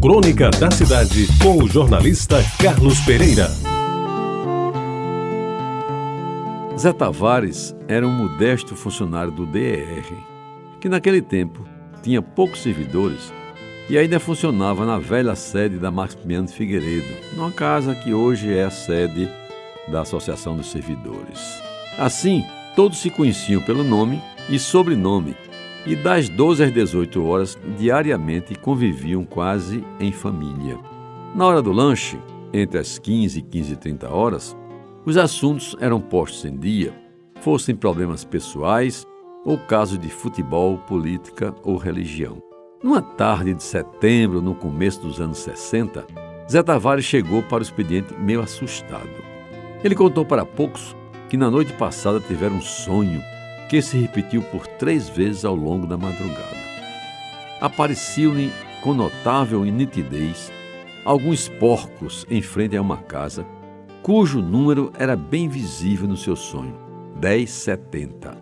Crônica da Cidade, com o jornalista Carlos Pereira. Zé Tavares era um modesto funcionário do DR, que naquele tempo tinha poucos servidores e ainda funcionava na velha sede da Maximiano Figueiredo, numa casa que hoje é a sede da Associação dos Servidores. Assim, todos se conheciam pelo nome e sobrenome, e das 12 às 18 horas, diariamente, conviviam quase em família. Na hora do lanche, entre as 15 e 15h30 horas, os assuntos eram postos em dia, fossem problemas pessoais ou casos de futebol, política ou religião. Numa tarde de setembro, no começo dos anos 60, Zé Tavares chegou para o expediente meio assustado. Ele contou para poucos que na noite passada tivera um sonho que se repetiu por 3 vezes ao longo da madrugada. Apareciam-lhe com notável nitidez alguns porcos em frente a uma casa, cujo número era bem visível no seu sonho, 1070.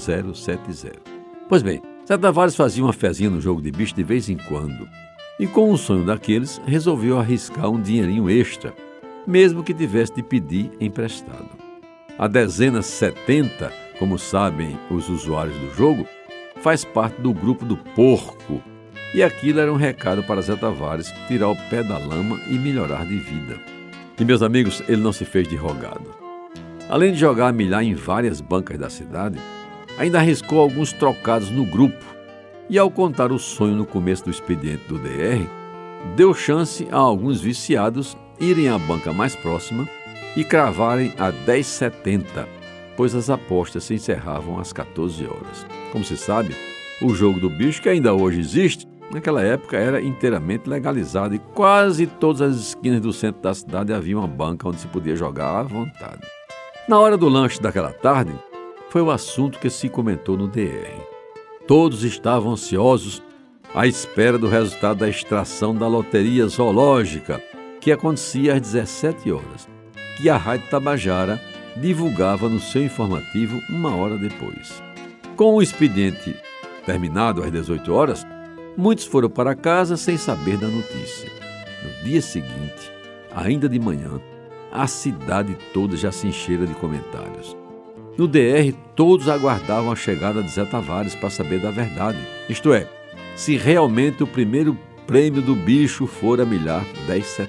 Pois bem, Zé Tavares fazia uma fezinha no jogo de bicho de vez em quando, e com um sonho daqueles, resolveu arriscar um dinheirinho extra, mesmo que tivesse de pedir emprestado. A dezena 70, como sabem os usuários do jogo, faz parte do grupo do porco, e aquilo era um recado para Zé Tavares tirar o pé da lama e melhorar de vida. E, meus amigos, ele não se fez de rogado. Além de jogar a milhar em várias bancas da cidade, ainda arriscou alguns trocados no grupo, e ao contar o sonho no começo do expediente do DR, deu chance a alguns viciados irem à banca mais próxima e cravarem a 10,70, pois as apostas se encerravam às 14 horas. Como se sabe, o jogo do bicho, que ainda hoje existe, naquela época era inteiramente legalizado e quase todas as esquinas do centro da cidade havia uma banca onde se podia jogar à vontade. Na hora do lanche daquela tarde, foi o assunto que se comentou no DR. Todos estavam ansiosos à espera do resultado da extração da loteria zoológica, que acontecia às 17 horas, que a Rádio Tabajara divulgava no seu informativo 1 hora depois. Com o expediente terminado às 18 horas, muitos foram para casa sem saber da notícia. No dia seguinte, ainda de manhã, a cidade toda já se encheira de comentários. No DR, todos aguardavam a chegada de Zé Tavares para saber da verdade, isto é, se realmente o primeiro prêmio do bicho fora milhar 10,70.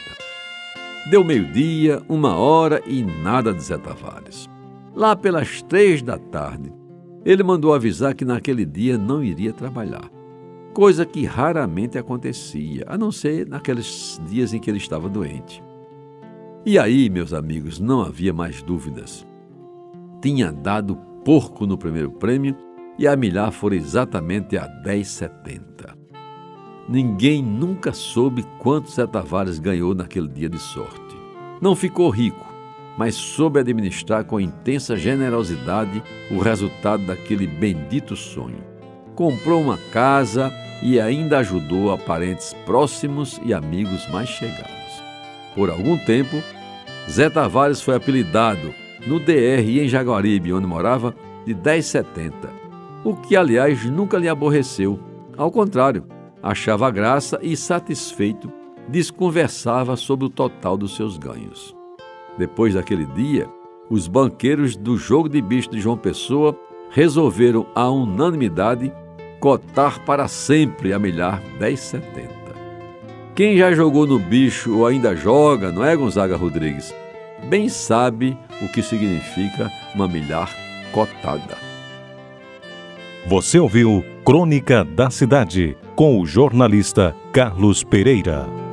Deu meio-dia, 1 hora e nada de Zé Tavares. Lá pelas 3 da tarde, ele mandou avisar que naquele dia não iria trabalhar, coisa que raramente acontecia, a não ser naqueles dias em que ele estava doente. E aí, meus amigos, não havia mais dúvidas. Tinha dado porco no primeiro prêmio e a milhar fora exatamente a 10,70. Ninguém nunca soube quanto Zé Tavares ganhou naquele dia de sorte. Não ficou rico, mas soube administrar com intensa generosidade o resultado daquele bendito sonho. Comprou uma casa e ainda ajudou a parentes próximos e amigos mais chegados. Por algum tempo, Zé Tavares foi apelidado, no DR e em Jaguaribe, onde morava, de 10,70, o que, aliás, nunca lhe aborreceu. Ao contrário, achava graça e, satisfeito, desconversava sobre o total dos seus ganhos. Depois daquele dia, os banqueiros do jogo de bicho de João Pessoa resolveram, à unanimidade, cotar para sempre a milhar 10,70. Quem já jogou no bicho ou ainda joga, não é, Gonzaga Rodrigues? Bem sabe o que significa uma milhar cotada. Você ouviu Crônica da Cidade, com o jornalista Carlos Pereira.